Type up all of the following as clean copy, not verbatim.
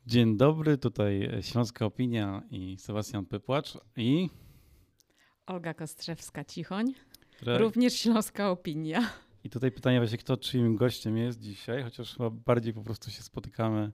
Dzień dobry, tutaj Śląska Opinia i Sebastian Pypłacz i Olga Kostrzewska-Cichoń, która... również Śląska Opinia. I tutaj pytanie właśnie, kto czyim gościem jest dzisiaj, chociaż chyba bardziej po prostu się spotykamy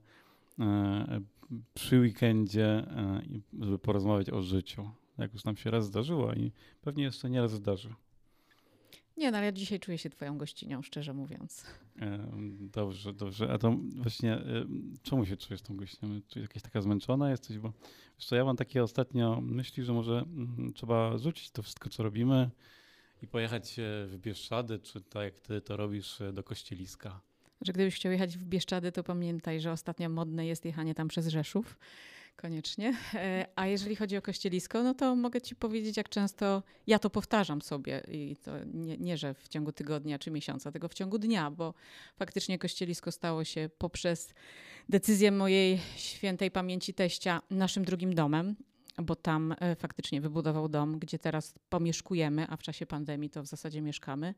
przy weekendzie, żeby porozmawiać o życiu. Jak już nam się raz zdarzyło i pewnie jeszcze nie raz zdarzy. Nie, no ale ja dzisiaj czuję się twoją gościnią, szczerze mówiąc. Dobrze, dobrze. A to właśnie czemu się czujesz tą gościnią? Czy jakaś taka zmęczona jesteś? Bo jeszcze ja mam takie ostatnio myśli, że może trzeba rzucić to wszystko, co robimy i pojechać w Bieszczady, czy tak jak ty to robisz, do Kościeliska. Że gdybyś chciał jechać w Bieszczady, to pamiętaj, że ostatnio modne jest jechanie tam przez Rzeszów. Koniecznie. A jeżeli chodzi o Kościelisko, no to mogę ci powiedzieć, jak często ja to powtarzam sobie i to nie, że w ciągu tygodnia czy miesiąca, tylko w ciągu dnia, bo faktycznie Kościelisko stało się poprzez decyzję mojej świętej pamięci teścia naszym drugim domem, bo tam faktycznie wybudował dom, gdzie teraz pomieszkujemy, a w czasie pandemii to w zasadzie mieszkamy.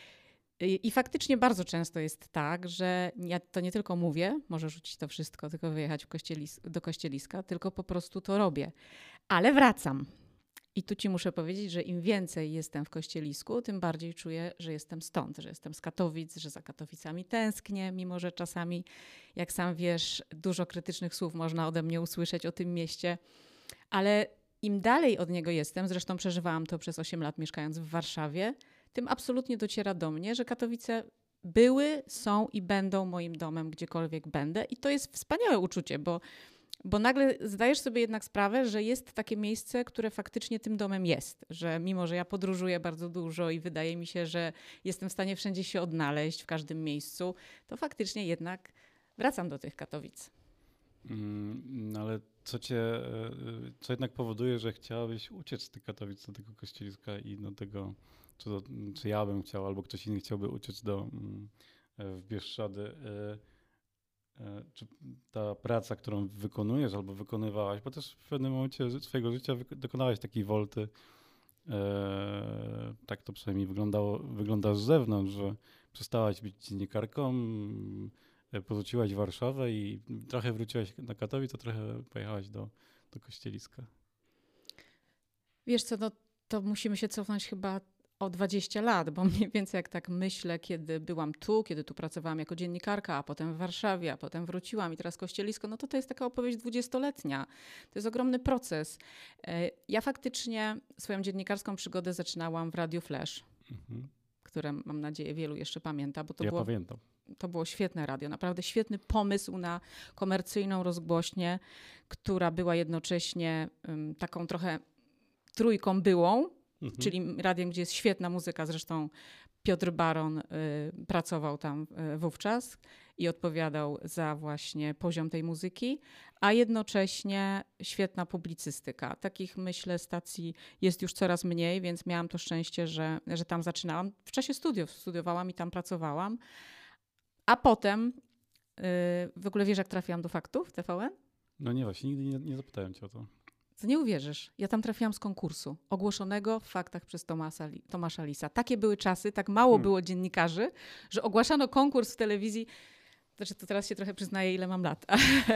I faktycznie bardzo często jest tak, że ja to nie tylko mówię, może rzucić to wszystko, tylko wyjechać do Kościeliska, tylko po prostu to robię. Ale wracam. I tu ci muszę powiedzieć, że im więcej jestem w Kościelisku, tym bardziej czuję, że jestem stąd, że jestem z Katowic, że za Katowicami tęsknię, mimo że czasami, jak sam wiesz, dużo krytycznych słów można ode mnie usłyszeć o tym mieście. Ale im dalej od niego jestem, zresztą przeżywałam to przez 8 lat mieszkając w Warszawie, tym absolutnie dociera do mnie, że Katowice były, są i będą moim domem, gdziekolwiek będę. I to jest wspaniałe uczucie, bo nagle zdajesz sobie jednak sprawę, że jest takie miejsce, które faktycznie tym domem jest. Że mimo, że ja podróżuję bardzo dużo i wydaje mi się, że jestem w stanie wszędzie się odnaleźć, w każdym miejscu, to faktycznie jednak wracam do tych Katowic. No ale co jednak powoduje, że chciałabyś uciec z tych Katowic do tego Kościeliska i do tego, czy ja bym chciał, albo ktoś inny chciałby uciec w Bieszczady. Czy ta praca, którą wykonujesz albo wykonywałaś, bo też w pewnym momencie swojego życia dokonałaś takiej wolty, tak to przynajmniej wygląda z zewnątrz, że przestałaś być dziennikarką, porzuciłaś Warszawę i trochę wróciłaś na Katowice, a trochę pojechałaś do Kościeliska. Wiesz co, no to musimy się cofnąć chyba o 20 lat, bo mniej więcej jak tak myślę, kiedy byłam tu, kiedy tu pracowałam jako dziennikarka, a potem w Warszawie, a potem wróciłam i teraz Kościelisko, no to jest taka opowieść 20-letnia. To jest ogromny proces. Ja faktycznie swoją dziennikarską przygodę zaczynałam w Radiu Flash, które mam nadzieję wielu jeszcze pamięta, bo Pamiętam. To było świetne radio, naprawdę świetny pomysł na komercyjną rozgłośnię, która była jednocześnie taką trochę trójką byłą, czyli radiem, gdzie jest świetna muzyka. Zresztą Piotr Baron pracował tam wówczas i odpowiadał za właśnie poziom tej muzyki, a jednocześnie świetna publicystyka. Takich, myślę, stacji jest już coraz mniej, więc miałam to szczęście, że tam zaczynałam. W czasie studiów studiowałam i tam pracowałam. A potem, w ogóle wiesz, jak trafiłam do Faktów TVN? No nie, właśnie nigdy nie zapytałem cię o to. To nie uwierzysz, ja tam trafiłam z konkursu ogłoszonego w Faktach przez Tomasza Lisa. Takie były czasy, tak mało było dziennikarzy, że ogłaszano konkurs w telewizji. Znaczy, to teraz się trochę przyznaję, ile mam lat,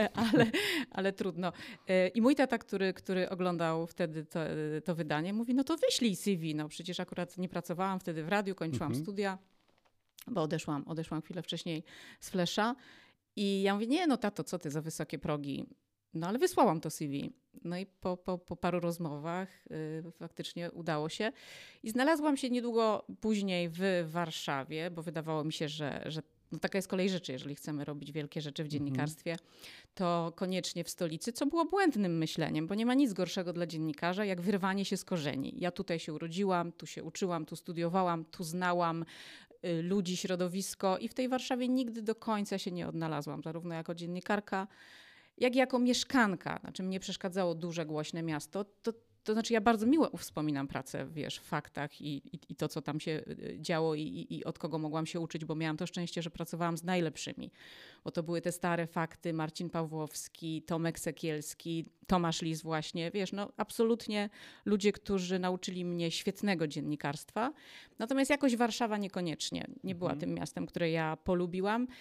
ale trudno. I mój tata, który oglądał wtedy to wydanie, mówi, no to wyślij CV. No przecież akurat nie pracowałam wtedy w radiu, kończyłam studia, bo odeszłam chwilę wcześniej z Flesza. I ja mówię, nie no tato, co ty za wysokie progi. No ale wysłałam to CV. No i po paru rozmowach faktycznie udało się. I znalazłam się niedługo później w Warszawie, bo wydawało mi się, że no taka jest kolej rzeczy. Jeżeli chcemy robić wielkie rzeczy w dziennikarstwie, to koniecznie w stolicy, co było błędnym myśleniem, bo nie ma nic gorszego dla dziennikarza, jak wyrwanie się z korzeni. Ja tutaj się urodziłam, tu się uczyłam, tu studiowałam, tu znałam ludzi, środowisko i w tej Warszawie nigdy do końca się nie odnalazłam, zarówno jako dziennikarka, jak i jako mieszkanka. Znaczy mnie przeszkadzało duże, głośne miasto. To znaczy ja bardzo miło wspominam pracę, wiesz, w Faktach i to, co tam się działo i od kogo mogłam się uczyć, bo miałam to szczęście, że pracowałam z najlepszymi. Bo to były te stare Fakty, Marcin Pawłowski, Tomek Sekielski, Tomasz Lis właśnie, wiesz, no absolutnie ludzie, którzy nauczyli mnie świetnego dziennikarstwa. Natomiast jakoś Warszawa niekoniecznie nie była tym miastem, które ja polubiłam.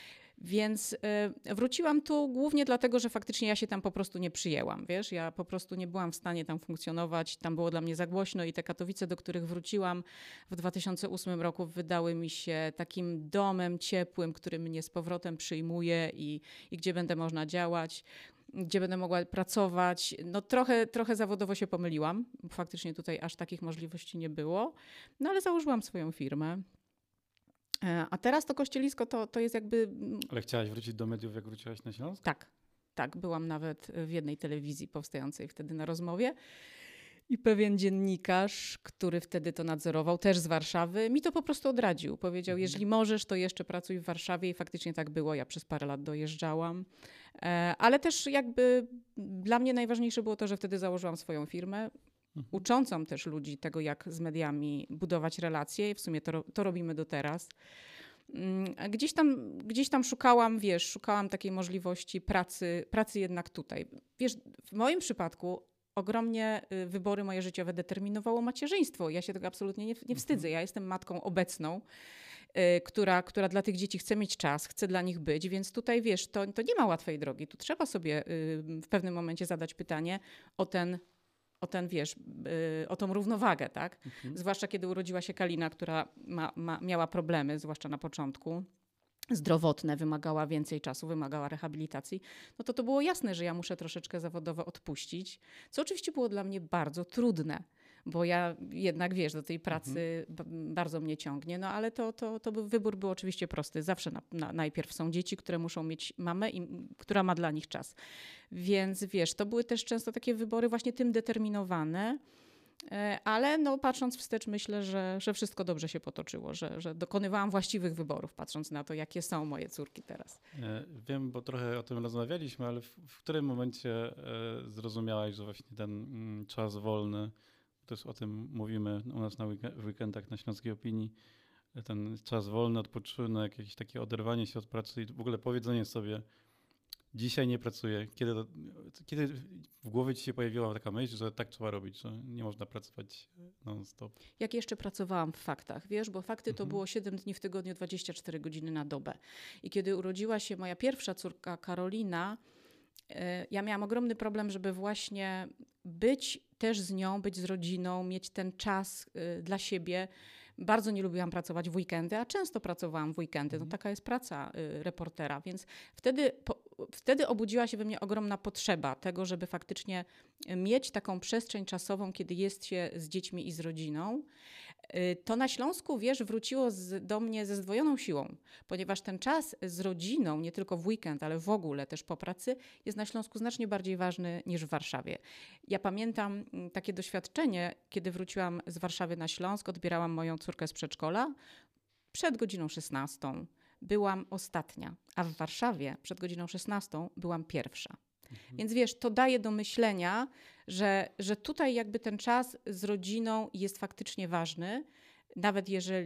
Więc wróciłam tu głównie dlatego, że faktycznie ja się tam po prostu nie przyjęłam, wiesz, ja po prostu nie byłam w stanie tam funkcjonować, tam było dla mnie za głośno i te Katowice, do których wróciłam w 2008 roku, wydały mi się takim domem ciepłym, który mnie z powrotem przyjmuje i gdzie będę można działać, gdzie będę mogła pracować. No trochę zawodowo się pomyliłam, bo faktycznie tutaj aż takich możliwości nie było, no ale założyłam swoją firmę. A teraz to Kościelisko to jest jakby... Ale chciałaś wrócić do mediów, jak wróciłaś na Śląsk? Tak, byłam nawet w jednej telewizji powstającej wtedy na rozmowie i pewien dziennikarz, który wtedy to nadzorował, też z Warszawy, mi to po prostu odradził. Powiedział, jeżeli możesz, to jeszcze pracuj w Warszawie i faktycznie tak było. Ja przez parę lat dojeżdżałam, ale też jakby dla mnie najważniejsze było to, że wtedy założyłam swoją firmę, uczącą też ludzi tego, jak z mediami budować relacje i w sumie to robimy do teraz. Gdzieś tam szukałam takiej możliwości pracy jednak tutaj. Wiesz, w moim przypadku ogromnie wybory moje życiowe determinowało macierzyństwo. Ja się tego absolutnie nie wstydzę. Ja jestem matką obecną, która dla tych dzieci chce mieć czas, chce dla nich być, więc tutaj wiesz, to nie ma łatwej drogi. Tu trzeba sobie w pewnym momencie zadać pytanie o tą równowagę, tak? Zwłaszcza kiedy urodziła się Kalina, która miała problemy, zwłaszcza na początku, zdrowotne, wymagała więcej czasu, wymagała rehabilitacji, no to było jasne, że ja muszę troszeczkę zawodowo odpuścić, co oczywiście było dla mnie bardzo trudne, bo ja jednak, wiesz, do tej pracy bardzo mnie ciągnie, no ale wybór był oczywiście prosty. Zawsze najpierw są dzieci, które muszą mieć mamę, która ma dla nich czas. Więc wiesz, to były też często takie wybory właśnie tym determinowane, ale no, patrząc wstecz myślę, że wszystko dobrze się potoczyło, że dokonywałam właściwych wyborów, patrząc na to, jakie są moje córki teraz. Wiem, bo trochę o tym rozmawialiśmy, ale w którym momencie zrozumiałaś, że właśnie ten czas wolny, też o tym mówimy u nas na weekendach na Śląskiej Opinii, ten czas wolny, odpoczynek, jakieś takie oderwanie się od pracy i w ogóle powiedzenie sobie, dzisiaj nie pracuję. Kiedy w głowie ci się pojawiła taka myśl, że tak trzeba robić, że nie można pracować non-stop? Jak jeszcze pracowałam w Faktach, wiesz, bo Fakty to było 7 dni w tygodniu, 24 godziny na dobę. I kiedy urodziła się moja pierwsza córka Karolina, ja miałam ogromny problem, żeby właśnie być też z nią, być z rodziną, mieć ten czas dla siebie. Bardzo nie lubiłam pracować w weekendy, a często pracowałam w weekendy. No, taka jest praca reportera, więc wtedy obudziła się we mnie ogromna potrzeba tego, żeby faktycznie mieć taką przestrzeń czasową, kiedy jest się z dziećmi i z rodziną. To na Śląsku, wiesz, wróciło do mnie ze zdwojoną siłą, ponieważ ten czas z rodziną, nie tylko w weekend, ale w ogóle też po pracy, jest na Śląsku znacznie bardziej ważny niż w Warszawie. Ja pamiętam takie doświadczenie, kiedy wróciłam z Warszawy na Śląsk, odbierałam moją córkę z przedszkola. Przed godziną 16 byłam ostatnia, a w Warszawie przed godziną 16 byłam pierwsza. Więc wiesz, to daje do myślenia, że tutaj jakby ten czas z rodziną jest faktycznie ważny, nawet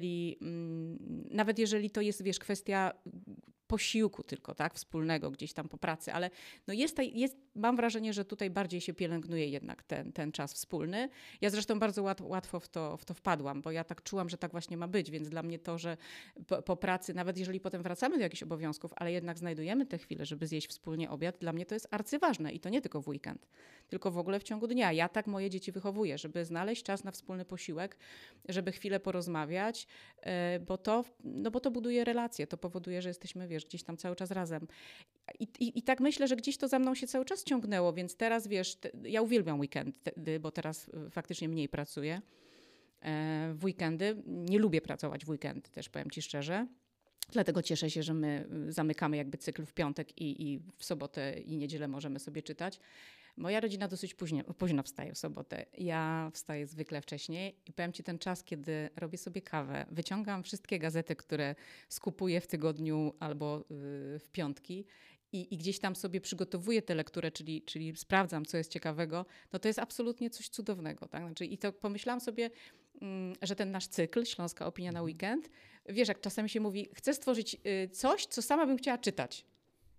jeżeli to jest, wiesz, kwestia posiłku tylko, tak, wspólnego gdzieś tam po pracy, ale no mam wrażenie, że tutaj bardziej się pielęgnuje jednak ten czas wspólny. Ja zresztą bardzo łatwo w to wpadłam, bo ja tak czułam, że tak właśnie ma być, więc dla mnie to, że po pracy, nawet jeżeli potem wracamy do jakichś obowiązków, ale jednak znajdujemy te chwile, żeby zjeść wspólnie obiad, dla mnie to jest arcyważne i to nie tylko w weekend, tylko w ogóle w ciągu dnia. Ja tak moje dzieci wychowuję, żeby znaleźć czas na wspólny posiłek, żeby chwilę porozmawiać, bo to buduje relacje, to powoduje, że jesteśmy, wiesz, gdzieś tam cały czas razem. I tak myślę, że gdzieś to za mną się cały czas ciągnęło, więc teraz, wiesz, ja uwielbiam weekendy, bo teraz faktycznie mniej pracuję w weekendy. Nie lubię pracować w weekendy, też powiem ci szczerze. Dlatego cieszę się, że my zamykamy jakby cykl w piątek i w sobotę i niedzielę możemy sobie czytać. Moja rodzina dosyć późno wstaje w sobotę. Ja wstaję zwykle wcześniej i powiem ci ten czas, kiedy robię sobie kawę, wyciągam wszystkie gazety, które skupuję w tygodniu albo w piątki i gdzieś tam sobie przygotowuję tę lekturę, czyli sprawdzam, co jest ciekawego, no to jest absolutnie coś cudownego. Tak? Znaczy, i to pomyślałam sobie, że ten nasz cykl, Śląska Opinia na weekend, wiesz, jak czasami się mówi, chcę stworzyć coś, co sama bym chciała czytać.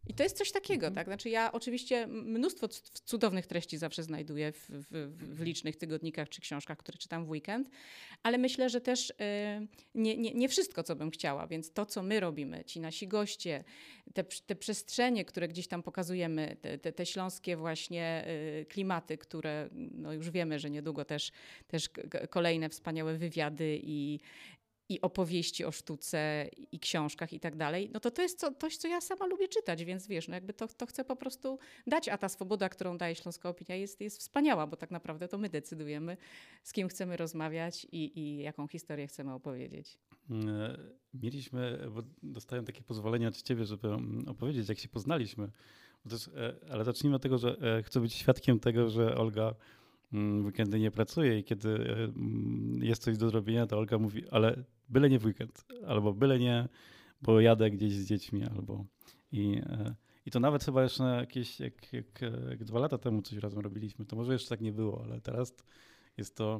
I to jest coś takiego, tak? Znaczy ja oczywiście mnóstwo cudownych treści zawsze znajduję w licznych tygodnikach czy książkach, które czytam w weekend, ale myślę, że też nie wszystko, co bym chciała, więc to, co my robimy, ci nasi goście, te przestrzenie, które gdzieś tam pokazujemy, te śląskie właśnie klimaty, które no już wiemy, że niedługo też kolejne wspaniałe wywiady i opowieści o sztuce i książkach i tak dalej, no to jest coś, co ja sama lubię czytać, więc wiesz, no jakby to chcę po prostu dać, a ta swoboda, którą daje Śląska Opinia jest wspaniała, bo tak naprawdę to my decydujemy, z kim chcemy rozmawiać i jaką historię chcemy opowiedzieć. Mieliśmy, bo dostałem takie pozwolenie od ciebie, żeby opowiedzieć, jak się poznaliśmy. Ale zacznijmy od tego, że chcę być świadkiem tego, że Olga w weekendy nie pracuje i kiedy jest coś do zrobienia, to Olga mówi, ale byle nie w weekend, albo byle nie, bo jadę gdzieś z dziećmi, albo... I to nawet chyba jeszcze jakieś, jak 2 lata temu coś razem robiliśmy, to może jeszcze tak nie było, ale teraz jest to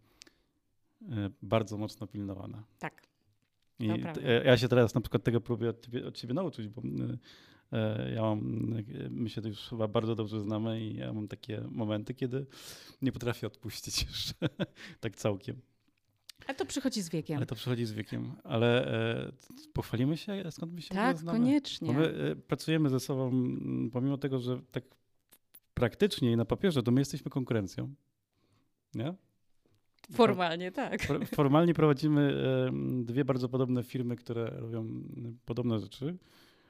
bardzo mocno pilnowane. Tak. I ja się teraz na przykład tego próbuję od ciebie nauczyć, bo my się to już chyba bardzo dobrze znamy i ja mam takie momenty, kiedy nie potrafię odpuścić jeszcze tak całkiem. Ale to przychodzi z wiekiem. Ale pochwalimy się, skąd my się tak, znamy? Koniecznie. Bo my pracujemy ze sobą, pomimo tego, że tak praktycznie i na papierze, to my jesteśmy konkurencją. Nie? Formalnie tak. Formalnie prowadzimy 2 bardzo podobne firmy, które robią podobne rzeczy.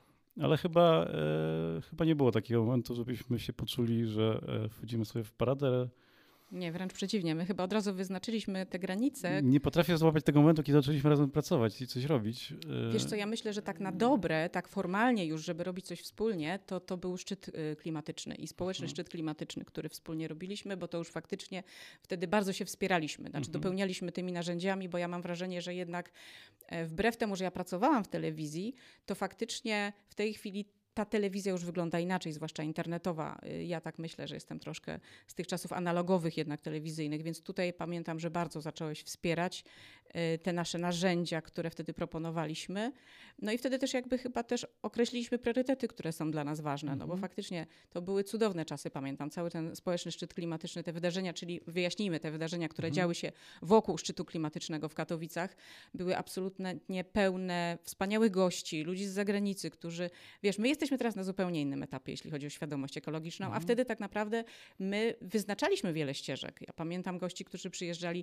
Ale chyba nie było takiego momentu, żebyśmy się poczuli, że wchodzimy sobie w paradę. Nie, wręcz przeciwnie. My chyba od razu wyznaczyliśmy te granice. Nie potrafię złapać tego momentu, kiedy zaczęliśmy razem pracować i coś robić. Wiesz co, ja myślę, że tak na dobre, tak formalnie już, żeby robić coś wspólnie, to był szczyt klimatyczny i społeczny szczyt klimatyczny, który wspólnie robiliśmy, bo to już faktycznie wtedy bardzo się wspieraliśmy. Znaczy dopełnialiśmy tymi narzędziami, bo ja mam wrażenie, że jednak wbrew temu, że ja pracowałam w telewizji, to faktycznie w tej chwili ta telewizja już wygląda inaczej, zwłaszcza internetowa. Ja tak myślę, że jestem troszkę z tych czasów analogowych jednak telewizyjnych, więc tutaj pamiętam, że bardzo zacząłeś wspierać te nasze narzędzia, które wtedy proponowaliśmy. No i wtedy też jakby chyba też określiliśmy priorytety, które są dla nas ważne, no bo faktycznie to były cudowne czasy, pamiętam, cały ten społeczny szczyt klimatyczny, te wydarzenia, czyli wyjaśnijmy te wydarzenia, które działy się wokół szczytu klimatycznego w Katowicach, były absolutnie pełne wspaniałych gości, ludzi z zagranicy, którzy, wiesz, my jesteśmy teraz na zupełnie innym etapie, jeśli chodzi o świadomość ekologiczną, a wtedy tak naprawdę my wyznaczaliśmy wiele ścieżek. Ja pamiętam gości, którzy przyjeżdżali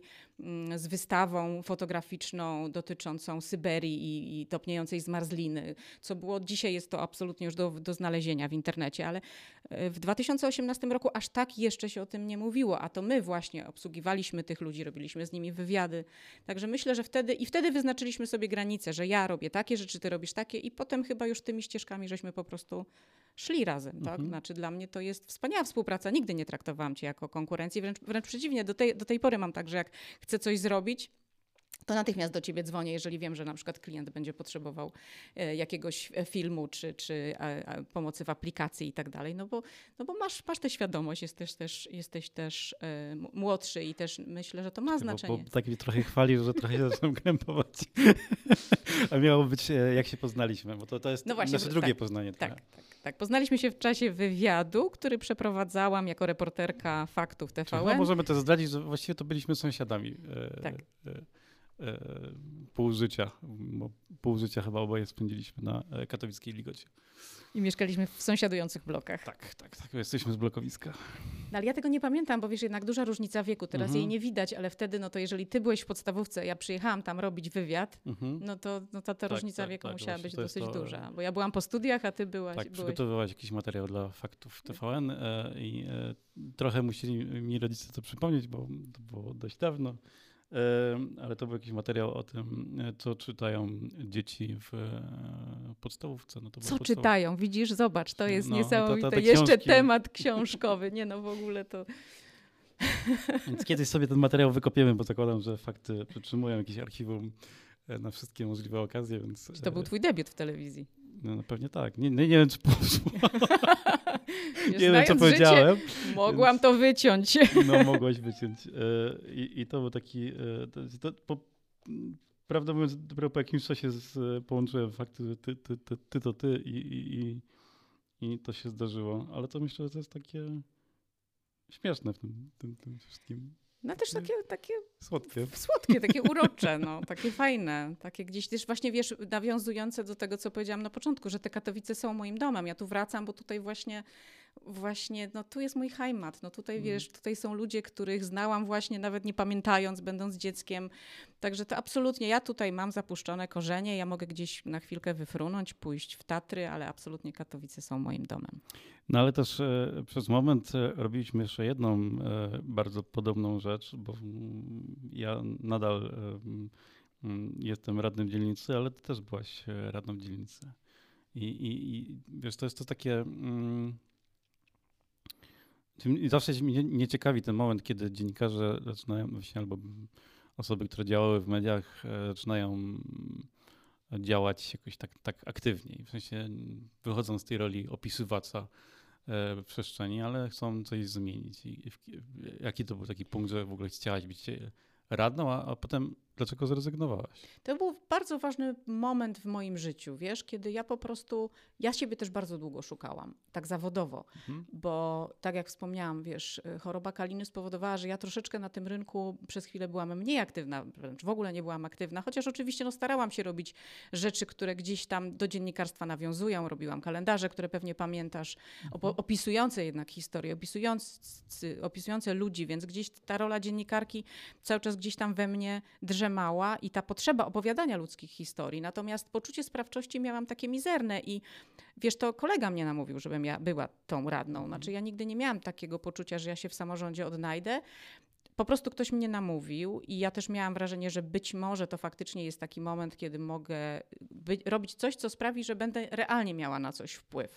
z wystawą fotograficzną dotyczącą Syberii i topniejącej zmarzliny, co było dzisiaj jest to absolutnie już do znalezienia w internecie, ale w 2018 roku aż tak jeszcze się o tym nie mówiło, a to my właśnie obsługiwaliśmy tych ludzi, robiliśmy z nimi wywiady. Także myślę, że wtedy wyznaczyliśmy sobie granice, że ja robię takie rzeczy, ty robisz takie i potem chyba już tymi ścieżkami żeśmy po prostu szli razem. Tak? Znaczy dla mnie to jest wspaniała współpraca. Nigdy nie traktowałam cię jako konkurencję, wręcz przeciwnie. Do tej pory mam tak, że jak chcę coś zrobić, to natychmiast do ciebie dzwonię, jeżeli wiem, że na przykład klient będzie potrzebował jakiegoś filmu czy pomocy w aplikacji i tak dalej, no bo masz tę świadomość, jesteś też młodszy i też myślę, że to ma znaczenie. Bo tak mnie trochę chwalisz, że trochę się zacząłem krępować. A miało być jak się poznaliśmy, bo to jest nasze drugie poznanie. Tak. Poznaliśmy się w czasie wywiadu, który przeprowadzałam jako reporterka Faktów TVN. Chyba możemy to zdradzić, że właściwie to byliśmy sąsiadami. Tak. Pół życia chyba oboje spędziliśmy na katowickiej Ligocie. I mieszkaliśmy w sąsiadujących blokach. Tak. Jesteśmy z blokowiska. No, ale ja tego nie pamiętam, bo wiesz, jednak duża różnica wieku. Teraz jej nie widać, ale wtedy, no to jeżeli ty byłeś w podstawówce, ja przyjechałam tam robić wywiad, no to ta różnica wieku musiała być dosyć duża. Bo ja byłam po studiach, a ty byłaś... Tak, przygotowywałaś jakiś materiał dla Faktów TVN i trochę musieli mi rodzice to przypomnieć, bo to było dość dawno. Ale to był jakiś materiał o tym, co czytają dzieci w podstawówce. No to co czytają? Widzisz, zobacz, to jest niesamowite. Te jeszcze książki. Temat książkowy. Nie no, w ogóle to... Więc kiedyś sobie ten materiał wykopiemy, bo zakładam, że Fakty przytrzymują jakieś archiwum na wszystkie możliwe okazje. Więc, to był twój debiut w telewizji. No pewnie tak. Nie wiem, czy poszło. Nie wiem, co powiedziałem. Mogłam to wyciąć. No, mogłaś wyciąć. I to był taki... Prawdę mówiąc, dopiero po jakimś czasie połączyłem fakty, że ty to ty i to się zdarzyło, ale to myślę, że to jest takie śmieszne w tym wszystkim. No też takie Słodkie, takie urocze, no, takie fajne, takie gdzieś też właśnie, wiesz, nawiązujące do tego, co powiedziałam na początku, że te Katowice są moim domem. Ja tu wracam, bo tutaj właśnie, no tu jest mój heimat. No tutaj, wiesz, tutaj są ludzie, których znałam właśnie nawet nie pamiętając, będąc dzieckiem. Także to absolutnie, ja tutaj mam zapuszczone korzenie, ja mogę gdzieś na chwilkę wyfrunąć, pójść w Tatry, ale absolutnie Katowice są moim domem. No ale też przez moment robiliśmy jeszcze jedną bardzo podobną rzecz, bo ja nadal jestem radnym dzielnicy, ale ty też byłaś radną dzielnicy. I wiesz, to jest to takie... I zawsze mnie nie ciekawi ten moment, kiedy dziennikarze zaczynają, właśnie, albo osoby, które działały w mediach, zaczynają działać jakoś tak aktywniej. W sensie wychodzą z tej roli opisywacza w przestrzeni, ale chcą coś zmienić. Jaki to był taki punkt, że w ogóle chciałaś być radną, a potem dlaczego zrezygnowałaś? To był bardzo ważny moment w moim życiu, wiesz, kiedy ja siebie też bardzo długo szukałam, tak zawodowo, bo tak jak wspomniałam, wiesz, choroba Kaliny spowodowała, że ja troszeczkę na tym rynku przez chwilę byłam mniej aktywna, wręcz w ogóle nie byłam aktywna, chociaż oczywiście starałam się robić rzeczy, które gdzieś tam do dziennikarstwa nawiązują, robiłam kalendarze, które pewnie pamiętasz, opisujące jednak historię, opisujące ludzi, więc gdzieś ta rola dziennikarki cały czas gdzieś tam we mnie drzemała i ta potrzeba opowiadania ludzkich historii. Natomiast poczucie sprawczości miałam takie mizerne i wiesz, to kolega mnie namówił, żebym ja była tą radną. Znaczy ja nigdy nie miałam takiego poczucia, że ja się w samorządzie odnajdę. Po prostu ktoś mnie namówił i ja też miałam wrażenie, że być może to faktycznie jest taki moment, kiedy mogę robić coś, co sprawi, że będę realnie miała na coś wpływ.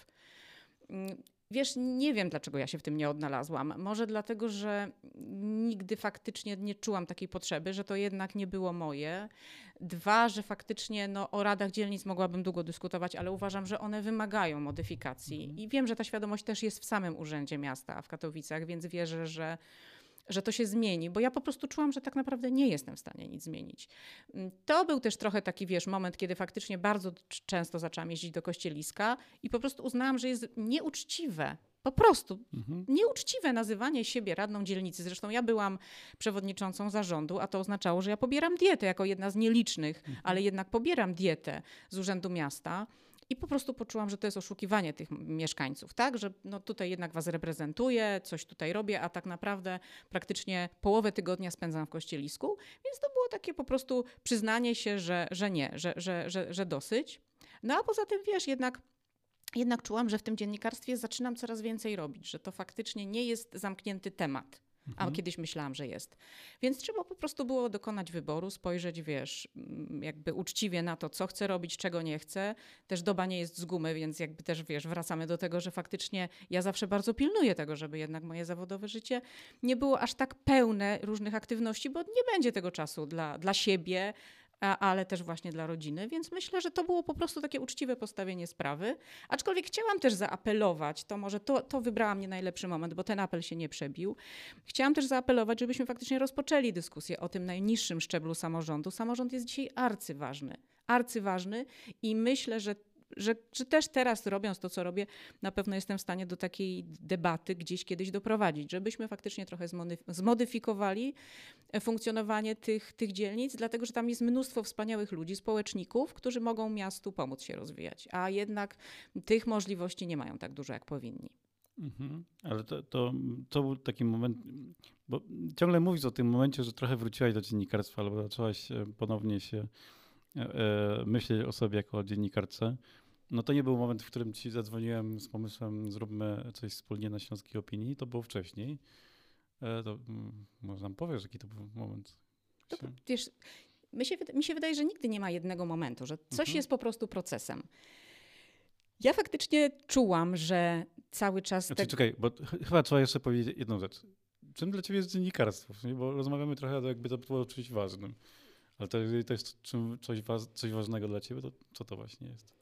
Wiesz, nie wiem, dlaczego ja się w tym nie odnalazłam. Może dlatego, że nigdy faktycznie nie czułam takiej potrzeby, że to jednak nie było moje. Dwa, że faktycznie o radach dzielnic mogłabym długo dyskutować, ale uważam, że one wymagają modyfikacji. I wiem, że ta świadomość też jest w samym Urzędzie Miasta w Katowicach, więc wierzę, że to się zmieni, bo ja po prostu czułam, że tak naprawdę nie jestem w stanie nic zmienić. To był też trochę taki, wiesz, moment, kiedy faktycznie bardzo często zaczęłam jeździć do Kościeliska i po prostu uznałam, że jest nieuczciwe, po prostu nieuczciwe nazywanie siebie radną dzielnicy. Zresztą ja byłam przewodniczącą zarządu, a to oznaczało, że ja pobieram dietę jako jedna z nielicznych, ale jednak pobieram dietę z Urzędu Miasta. I po prostu poczułam, że to jest oszukiwanie tych mieszkańców, tak? Że tutaj jednak was reprezentuję, coś tutaj robię, a tak naprawdę praktycznie połowę tygodnia spędzam w Kościelisku, więc to było takie po prostu przyznanie się, że nie, że dosyć. No a poza tym, wiesz, jednak czułam, że w tym dziennikarstwie zaczynam coraz więcej robić, że to faktycznie nie jest zamknięty temat. A kiedyś myślałam, że jest. Więc trzeba po prostu było dokonać wyboru, spojrzeć, wiesz, jakby uczciwie na to, co chcę robić, czego nie chcę. Też doba nie jest z gumy, więc jakby też, wiesz, wracamy do tego, że faktycznie ja zawsze bardzo pilnuję tego, żeby jednak moje zawodowe życie nie było aż tak pełne różnych aktywności, bo nie będzie tego czasu dla siebie, ale też właśnie dla rodziny, więc myślę, że to było po prostu takie uczciwe postawienie sprawy. Aczkolwiek chciałam też zaapelować, to może to wybrałam nie najlepszy moment, bo ten apel się nie przebił. Chciałam też zaapelować, żebyśmy faktycznie rozpoczęli dyskusję o tym najniższym szczeblu samorządu. Samorząd jest dzisiaj arcyważny i myślę, że też teraz robiąc to, co robię, na pewno jestem w stanie do takiej debaty gdzieś kiedyś doprowadzić, żebyśmy faktycznie trochę zmodyfikowali funkcjonowanie tych dzielnic, dlatego że tam jest mnóstwo wspaniałych ludzi, społeczników, którzy mogą miastu pomóc się rozwijać, a jednak tych możliwości nie mają tak dużo, jak powinni. Ale to był taki moment, bo ciągle mówisz o tym momencie, że trochę wróciłaś do dziennikarstwa albo zaczęłaś ponownie się myśleć o sobie jako o dziennikarce. No to nie był moment, w którym ci zadzwoniłem z pomysłem zróbmy coś wspólnie na Śląskiej Opinii, to było wcześniej. To może nam powiesz, jaki to był moment? Wiesz, mi się wydaje, że nigdy nie ma jednego momentu, że coś jest po prostu procesem. Ja faktycznie czułam, że cały czas... Czekaj, bo chyba trzeba jeszcze powiedzieć jedną rzecz. Czym dla ciebie jest dziennikarstwo? Bo rozmawiamy trochę, jakby to było czymś ważnym. Ale to, jeżeli to jest coś ważnego dla ciebie, to co to właśnie jest?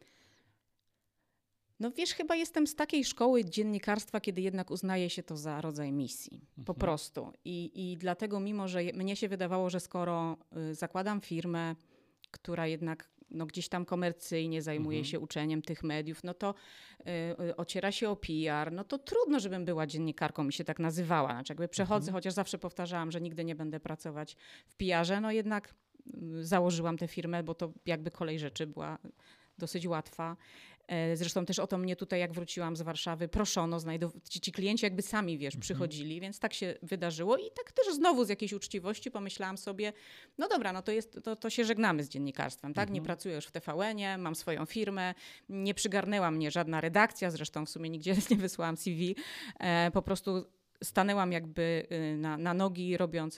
No wiesz, chyba jestem z takiej szkoły dziennikarstwa, kiedy jednak uznaje się to za rodzaj misji. Po prostu. I dlatego, mimo że mnie się wydawało, że skoro zakładam firmę, która jednak no, gdzieś tam komercyjnie zajmuje się uczeniem tych mediów, no to ociera się o PR, no to trudno, żebym była dziennikarką, mi się tak nazywała. Znaczy jakby przechodzę, chociaż zawsze powtarzałam, że nigdy nie będę pracować w PR-ze, no jednak założyłam tę firmę, bo to jakby kolej rzeczy była dosyć łatwa. Zresztą też o to mnie tutaj, jak wróciłam z Warszawy, proszono, ci klienci jakby sami, wiesz, przychodzili, więc tak się wydarzyło i tak też znowu z jakiejś uczciwości pomyślałam sobie, no dobra, no to się żegnamy z dziennikarstwem, tak? Nie pracuję już w TVN-ie, mam swoją firmę, nie przygarnęła mnie żadna redakcja, zresztą w sumie nigdzie nie wysłałam CV, po prostu stanęłam jakby na nogi, robiąc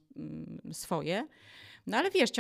swoje. No ale wiesz,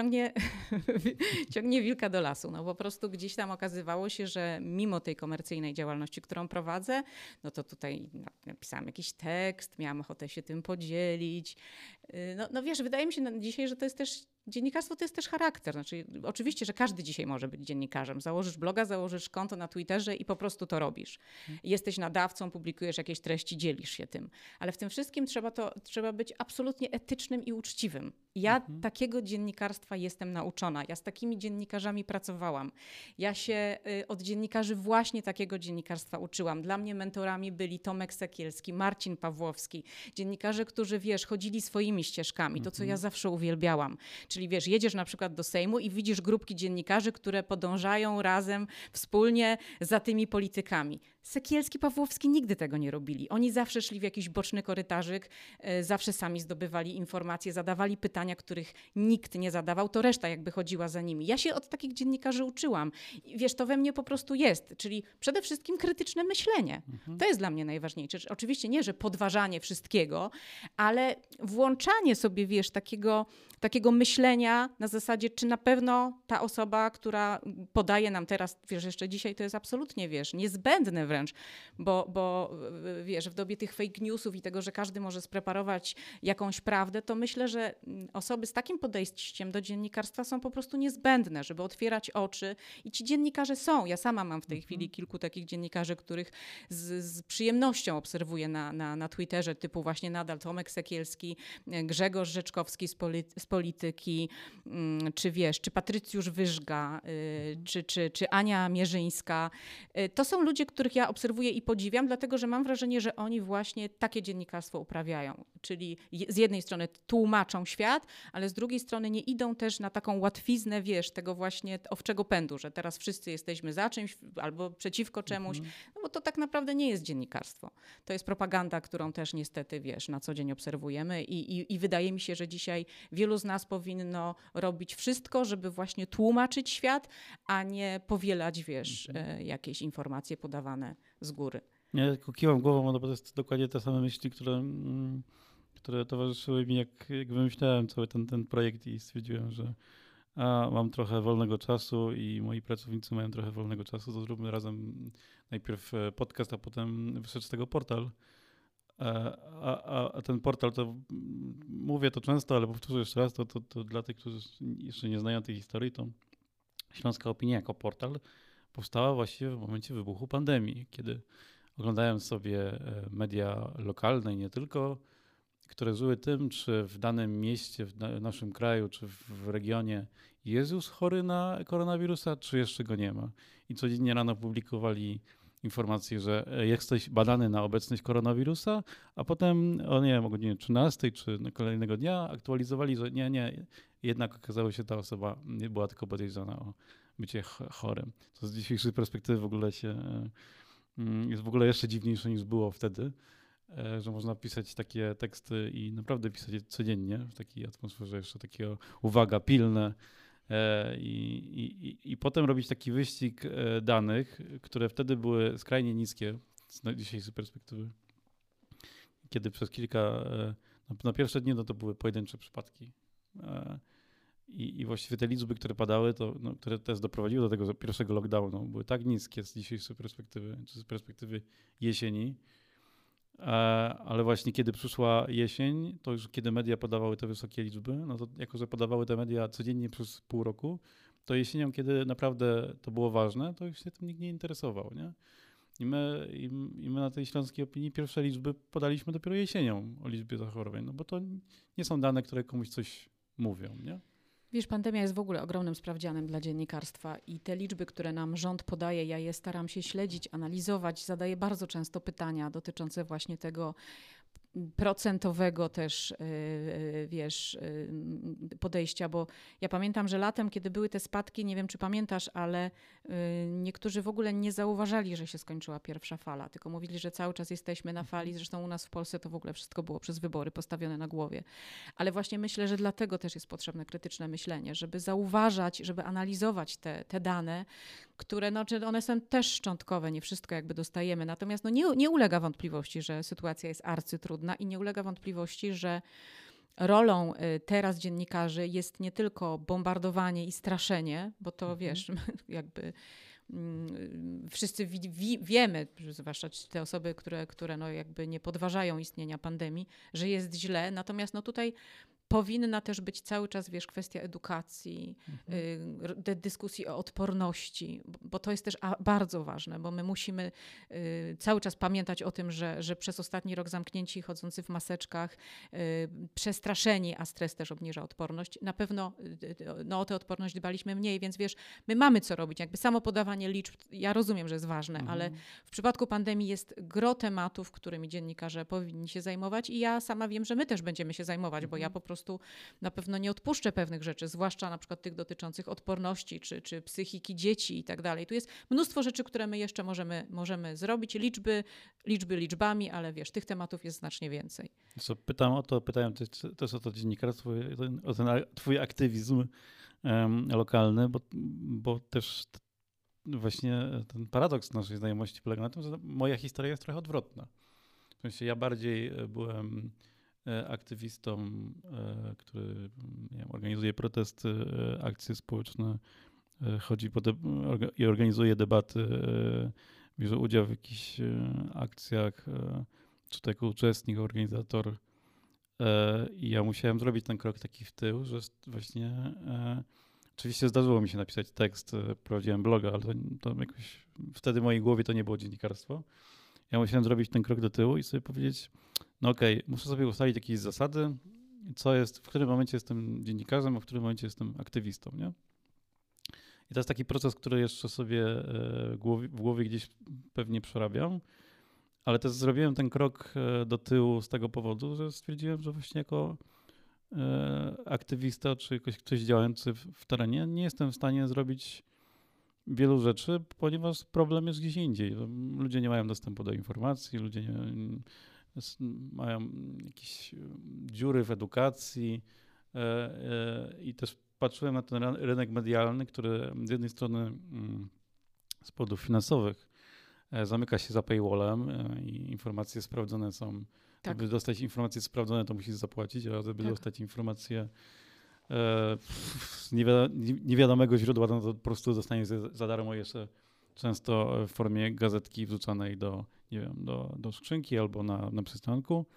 ciągnie wilka do lasu. No po prostu gdzieś tam okazywało się, że mimo tej komercyjnej działalności, którą prowadzę, no to tutaj napisałam jakiś tekst, miałam ochotę się tym podzielić. No wiesz, wydaje mi się dzisiaj, że to jest też dziennikarstwo, to jest też charakter. Znaczy, oczywiście, że każdy dzisiaj może być dziennikarzem. Założysz bloga, założysz konto na Twitterze i po prostu to robisz. Jesteś nadawcą, publikujesz jakieś treści, dzielisz się tym. Ale w tym wszystkim trzeba być absolutnie etycznym i uczciwym. Ja takiego dziennikarstwa jestem nauczona. Ja z takimi dziennikarzami pracowałam. Ja się od dziennikarzy właśnie takiego dziennikarstwa uczyłam. Dla mnie mentorami byli Tomek Sekielski, Marcin Pawłowski. Dziennikarze, którzy, wiesz, chodzili swoimi ścieżkami. To, co ja zawsze uwielbiałam. Czyli wiesz, jedziesz na przykład do Sejmu i widzisz grupki dziennikarzy, które podążają razem, wspólnie za tymi politykami. Sekielski, Pawłowski nigdy tego nie robili. Oni zawsze szli w jakiś boczny korytarzyk, zawsze sami zdobywali informacje, zadawali pytania, których nikt nie zadawał, to reszta jakby chodziła za nimi. Ja się od takich dziennikarzy uczyłam. I wiesz, to we mnie po prostu jest, czyli przede wszystkim krytyczne myślenie. To jest dla mnie najważniejsze. Oczywiście nie, że podważanie wszystkiego, ale włączanie sobie, wiesz, takiego myślenia na zasadzie, czy na pewno ta osoba, która podaje nam teraz, wiesz, jeszcze dzisiaj to jest absolutnie, wiesz, niezbędne wręcz, bo wiesz, w dobie tych fake newsów i tego, że każdy może spreparować jakąś prawdę, to myślę, że osoby z takim podejściem do dziennikarstwa są po prostu niezbędne, żeby otwierać oczy i ci dziennikarze są. Ja sama mam w tej chwili kilku takich dziennikarzy, których z przyjemnością obserwuję na Twitterze, typu właśnie nadal Tomek Sekielski, Grzegorz Rzeczkowski z Polityki, czy wiesz, czy Patrycjusz Wyżga, czy Ania Mierzyńska. To są ludzie, których ja obserwuję i podziwiam, dlatego że mam wrażenie, że oni właśnie takie dziennikarstwo uprawiają. Czyli z jednej strony tłumaczą świat, ale z drugiej strony nie idą też na taką łatwiznę, wiesz, tego właśnie owczego pędu, że teraz wszyscy jesteśmy za czymś albo przeciwko czemuś, no bo to tak naprawdę nie jest dziennikarstwo. To jest propaganda, którą też niestety, wiesz, na co dzień obserwujemy i wydaje mi się, że dzisiaj wielu z nas powinno robić wszystko, żeby właśnie tłumaczyć świat, a nie powielać, wiesz, jakieś informacje podawane z góry. Ja tylko kiwam głową, no bo to jest dokładnie te same myśli, które towarzyszyły mi, jak wymyślałem cały ten projekt i stwierdziłem, że mam trochę wolnego czasu i moi pracownicy mają trochę wolnego czasu, to zróbmy razem najpierw podcast, a potem wyszedł z tego portal. A ten portal, to mówię to często, ale powtórzę jeszcze raz, to dla tych, którzy jeszcze nie znają tej historii, to Śląska Opinia jako portal powstała właściwie w momencie wybuchu pandemii, kiedy oglądając sobie media lokalne i nie tylko, które żyły tym, czy w danym mieście, w naszym kraju, czy w regionie jest już chory na koronawirusa, czy jeszcze go nie ma. I codziennie rano publikowali informację, że jesteś badany na obecność koronawirusa, a potem o godzinie 13 czy kolejnego dnia aktualizowali, że nie, jednak okazało się, że ta osoba nie była tylko podejrzana o bycie chorym. To z dzisiejszej perspektywy w ogóle jest w ogóle jeszcze dziwniejsze niż było wtedy, że można pisać takie teksty i naprawdę pisać je codziennie w takiej atmosferze jeszcze takiego uwaga, pilne i potem robić taki wyścig danych, które wtedy były skrajnie niskie z dzisiejszej perspektywy. Kiedy przez na pierwsze dni to były pojedyncze przypadki. I właściwie te liczby, które padały, które też doprowadziły do tego pierwszego lockdownu, były tak niskie z dzisiejszej perspektywy, czy z perspektywy jesieni, ale właśnie kiedy przyszła jesień, to już kiedy media podawały te wysokie liczby, no to jako, że podawały te media codziennie przez pół roku, to jesienią, kiedy naprawdę to było ważne, to już się tym nikt nie interesował, nie? I my na tej Śląskiej Opinii pierwsze liczby podaliśmy dopiero jesienią o liczbie zachorowań, no bo to nie są dane, które komuś coś mówią, nie? Wiesz, pandemia jest w ogóle ogromnym sprawdzianem dla dziennikarstwa i te liczby, które nam rząd podaje, ja je staram się śledzić, analizować, zadaję bardzo często pytania dotyczące właśnie tego procentowego też, wiesz, podejścia, bo ja pamiętam, że latem, kiedy były te spadki, nie wiem, czy pamiętasz, ale niektórzy w ogóle nie zauważali, że się skończyła pierwsza fala, tylko mówili, że cały czas jesteśmy na fali. Zresztą u nas w Polsce to w ogóle wszystko było przez wybory postawione na głowie. Ale właśnie myślę, że dlatego też jest potrzebne krytyczne myślenie, żeby zauważać, żeby analizować te dane, które, no, czy one są też szczątkowe, nie wszystko jakby dostajemy. Natomiast no, nie ulega wątpliwości, że sytuacja jest arcytrudna i nie ulega wątpliwości, że rolą teraz dziennikarzy jest nie tylko bombardowanie i straszenie, bo to wiesz, jakby wszyscy wiemy, zwłaszcza te osoby, które no jakby nie podważają istnienia pandemii, że jest źle. Natomiast no tutaj powinna też być cały czas, wiesz, kwestia edukacji, dyskusji o odporności, bo to jest też bardzo ważne, bo my musimy cały czas pamiętać o tym, że przez ostatni rok zamknięci, chodzący w maseczkach, przestraszeni, a stres też obniża odporność. Na pewno no, o tę odporność dbaliśmy mniej, więc wiesz, my mamy co robić. Jakby samo podawanie liczb, ja rozumiem, że jest ważne, ale w przypadku pandemii jest gro tematów, którymi dziennikarze powinni się zajmować i ja sama wiem, że my też będziemy się zajmować, bo ja po prostu na pewno nie odpuszczę pewnych rzeczy, zwłaszcza na przykład tych dotyczących odporności czy psychiki dzieci i tak dalej. Tu jest mnóstwo rzeczy, które my jeszcze możemy zrobić. Liczbami, ale wiesz, tych tematów jest znacznie więcej. Co, pytałem też o to dziennikarstwo, o ten twój aktywizm lokalny, bo też właśnie ten paradoks naszej znajomości polega na tym, że moja historia jest trochę odwrotna. W sensie ja bardziej byłem aktywistą, który nie wiem, organizuje protesty, akcje społeczne, chodzi i organizuje debaty, bierze udział w jakichś akcjach, czy to jako uczestnik, organizator. I ja musiałem zrobić ten krok taki w tył, że właśnie oczywiście zdarzyło mi się napisać tekst, prowadziłem bloga, ale to jakoś wtedy w mojej głowie to nie było dziennikarstwo. Ja musiałem zrobić ten krok do tyłu i sobie powiedzieć, no okej, muszę sobie ustalić jakieś zasady, w którym momencie jestem dziennikarzem, a w którym momencie jestem aktywistą, nie? I to jest taki proces, który jeszcze sobie w głowie gdzieś pewnie przerabiam, ale też zrobiłem ten krok do tyłu z tego powodu, że stwierdziłem, że właśnie jako aktywista czy ktoś działający w terenie nie jestem w stanie zrobić wielu rzeczy, ponieważ problem jest gdzieś indziej. Ludzie nie mają dostępu do informacji, ludzie mają jakieś dziury w edukacji i też patrzyłem na ten rynek medialny, który z jednej strony z powodów finansowych zamyka się za paywallem i informacje sprawdzone są. Tak. Żeby dostać informacje sprawdzone, to musisz zapłacić, a żeby dostać informacje z niewiadomego źródła, no to po prostu dostaniesz za darmo jeszcze często w formie gazetki wrzucanej do skrzynki albo na przystanku.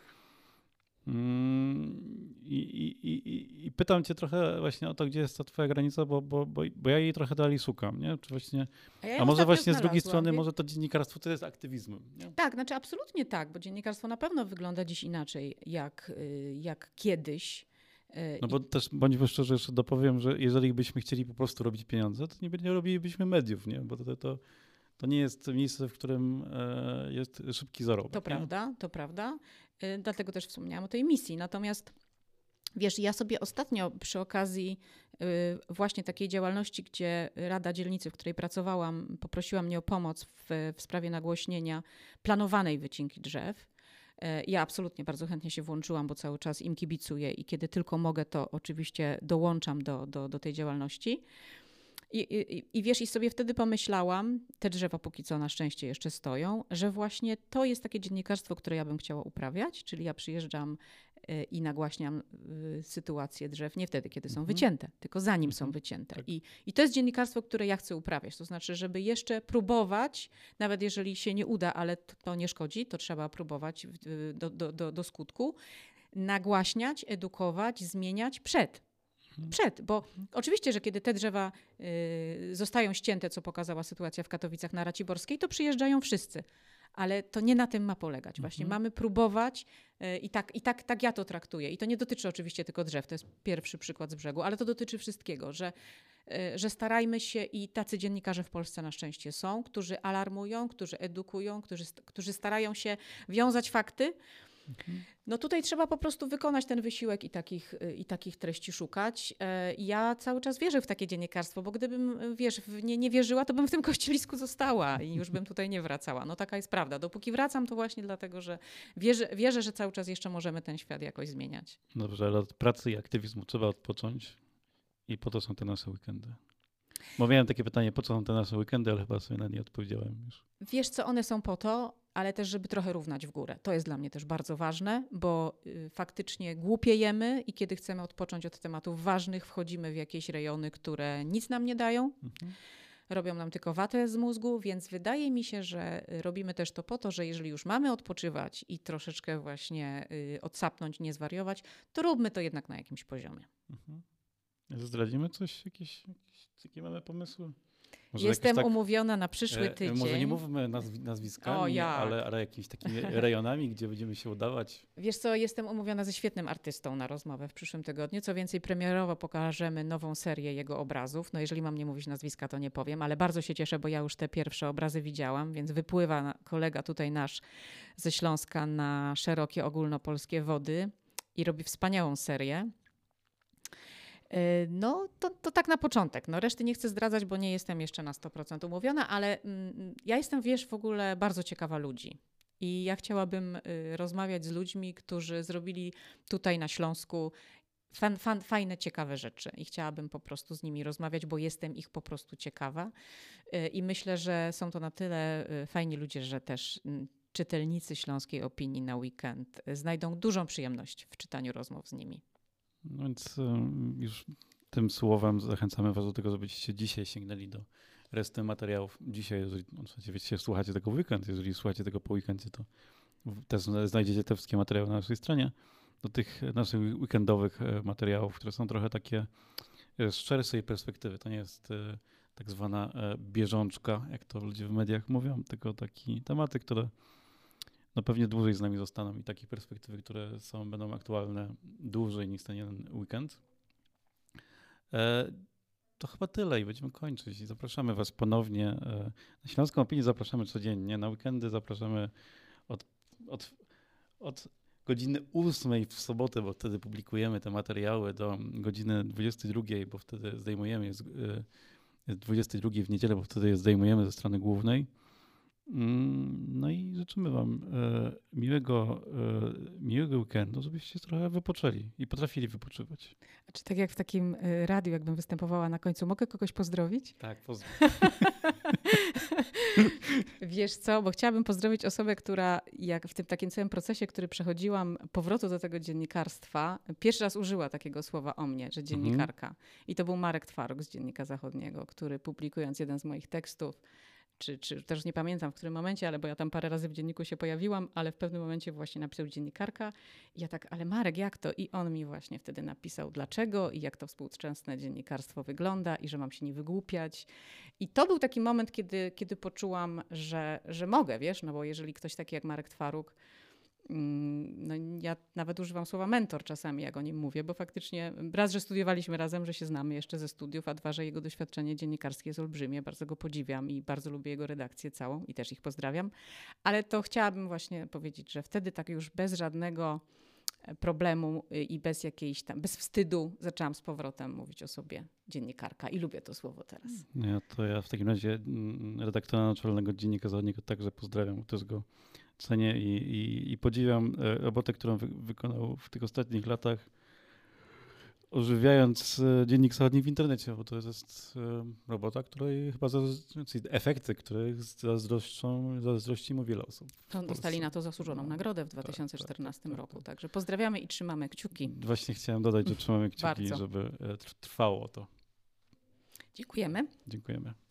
I pytam cię trochę właśnie o to, gdzie jest ta twoja granica, bo ja jej trochę dalej szukam, nie? Czy właśnie, a może właśnie z drugiej strony, może to dziennikarstwo to jest aktywizmem, nie? Tak, znaczy absolutnie tak, bo dziennikarstwo na pewno wygląda dziś inaczej jak kiedyś. No bo też bądźmy szczerzy, jeszcze dopowiem, że jeżeli byśmy chcieli po prostu robić pieniądze, to nie robilibyśmy mediów, nie? Bo to nie jest miejsce, w którym jest szybki zarobek. To prawda. Dlatego też wspomniałam o tej misji. Natomiast wiesz, ja sobie ostatnio przy okazji właśnie takiej działalności, gdzie Rada Dzielnicy, w której pracowałam, poprosiła mnie o pomoc w sprawie nagłośnienia planowanej wycinki drzew. Ja absolutnie bardzo chętnie się włączyłam, bo cały czas im kibicuję i kiedy tylko mogę, to oczywiście dołączam do tej działalności. I wiesz, i sobie wtedy pomyślałam, te drzewa póki co na szczęście jeszcze stoją, że właśnie to jest takie dziennikarstwo, które ja bym chciała uprawiać, czyli ja przyjeżdżam i nagłaśniam sytuację drzew nie wtedy, kiedy są wycięte, tylko zanim są wycięte. Tak. I to jest dziennikarstwo, które ja chcę uprawiać. To znaczy, żeby jeszcze próbować, nawet jeżeli się nie uda, ale to nie szkodzi, to trzeba próbować do skutku, nagłaśniać, edukować, zmieniać przed. Bo oczywiście, że kiedy te drzewa zostają ścięte, co pokazała sytuacja w Katowicach na Raciborskiej, to przyjeżdżają wszyscy. Ale to nie na tym ma polegać. Właśnie mamy próbować tak ja to traktuję. I to nie dotyczy oczywiście tylko drzew, to jest pierwszy przykład z brzegu, ale to dotyczy wszystkiego, że starajmy się i tacy dziennikarze w Polsce na szczęście są, którzy alarmują, którzy edukują, którzy starają się wiązać fakty. No tutaj trzeba po prostu wykonać ten wysiłek i takich treści szukać. Ja cały czas wierzę w takie dziennikarstwo, bo gdybym, nie wierzyła, to bym w tym kościelisku została i już bym tutaj nie wracała. No taka jest prawda. Dopóki wracam, to właśnie dlatego, że wierzę, że cały czas jeszcze możemy ten świat jakoś zmieniać. Dobrze, ale od pracy i aktywizmu trzeba odpocząć i po to są te nasze weekendy. Bo miałem takie pytanie, po co są te nasze weekendy, ale chyba sobie na nie odpowiedziałem już. Wiesz co, one są po to, ale też, żeby trochę równać w górę. To jest dla mnie też bardzo ważne, bo faktycznie głupiejemy i kiedy chcemy odpocząć od tematów ważnych, wchodzimy w jakieś rejony, które nic nam nie dają. Robią nam tylko watę z mózgu, więc wydaje mi się, że robimy też to po to, że jeżeli już mamy odpoczywać i troszeczkę właśnie odsapnąć, nie zwariować, to róbmy to jednak na jakimś poziomie. Zdradzimy coś? Jakieś takie mamy pomysły? Może jestem umówiona na przyszły tydzień. Może nie mówmy nazwiskami, ale jakimiś takimi rejonami, gdzie będziemy się udawać. Wiesz co, jestem umówiona ze świetnym artystą na rozmowę w przyszłym tygodniu. Co więcej, premierowo pokażemy nową serię jego obrazów. No jeżeli mam nie mówić nazwiska, to nie powiem, ale bardzo się cieszę, bo ja już te pierwsze obrazy widziałam, więc wypływa kolega tutaj nasz ze Śląska na szerokie ogólnopolskie wody i robi wspaniałą serię. No to tak na początek. No reszty nie chcę zdradzać, bo nie jestem jeszcze na 100% umówiona, ale ja jestem, w ogóle bardzo ciekawa ludzi. I ja chciałabym rozmawiać z ludźmi, którzy zrobili tutaj na Śląsku fajne, ciekawe rzeczy. I chciałabym po prostu z nimi rozmawiać, bo jestem ich po prostu ciekawa. I myślę, że są to na tyle fajni ludzie, że też czytelnicy Śląskiej Opinii na weekend znajdą dużą przyjemność w czytaniu rozmów z nimi. No więc już tym słowem zachęcamy was do tego, żebyście dzisiaj sięgnęli do reszty materiałów. Dzisiaj, jeżeli wiecie, słuchacie tego w weekend, jeżeli słuchacie tego po weekendzie, to też znajdziecie te wszystkie materiały na naszej stronie. Do tych naszych weekendowych materiałów, które są trochę takie z szerszej perspektywy. To nie jest tak zwana bieżączka, jak to ludzie w mediach mówią, tylko takie tematy, które no pewnie dłużej z nami zostaną i takie perspektywy, które będą aktualne dłużej niż ten jeden weekend. To chyba tyle i będziemy kończyć. I zapraszamy was ponownie. Na Śląską Opinię zapraszamy codziennie, na weekendy zapraszamy od godziny 8 w sobotę, bo wtedy publikujemy te materiały, do godziny 22, bo wtedy zdejmujemy je 22 w niedzielę, bo wtedy je zdejmujemy ze strony głównej. No i życzymy wam miłego weekendu, żebyście trochę wypoczęli i potrafili wypoczywać. Czy tak jak w takim radiu, jakbym występowała na końcu, mogę kogoś pozdrowić? Tak, Wiesz co, bo chciałabym pozdrowić osobę, która jak w tym takim całym procesie, który przechodziłam, powrotu do tego dziennikarstwa, pierwszy raz użyła takiego słowa o mnie, że dziennikarka. I to był Marek Twaruk z Dziennika Zachodniego, który publikując jeden z moich tekstów, czy też nie pamiętam w którym momencie, ale bo ja tam parę razy w dzienniku się pojawiłam, ale w pewnym momencie właśnie napisał dziennikarka. I ja tak, ale Marek, jak to? I on mi właśnie wtedy napisał dlaczego i jak to współczesne dziennikarstwo wygląda i że mam się nie wygłupiać. I to był taki moment, kiedy poczułam, że mogę, wiesz, no bo jeżeli ktoś taki jak Marek Twaruk, no ja nawet używam słowa mentor czasami, jak o nim mówię, bo faktycznie raz, że studiowaliśmy razem, że się znamy jeszcze ze studiów, a dwa, że jego doświadczenie dziennikarskie jest olbrzymie, bardzo go podziwiam i bardzo lubię jego redakcję całą i też ich pozdrawiam. Ale to chciałabym właśnie powiedzieć, że wtedy tak już bez żadnego problemu i bez wstydu zaczęłam z powrotem mówić o sobie dziennikarka i lubię to słowo teraz. Ja w takim razie redaktora naczelnego Dziennika Zachodniego także pozdrawiam, też go cenię i podziwiam robotę, którą wykonał w tych ostatnich latach, ożywiając Dziennik Zachodni w internecie, bo to jest robota, której chyba efekty, których zazdrości mu wiele osób. Dostali na to zasłużoną nagrodę w 2014 roku, także pozdrawiamy i trzymamy kciuki. Właśnie chciałem dodać, że trzymamy kciuki, żeby trwało to. Dziękujemy. Dziękujemy.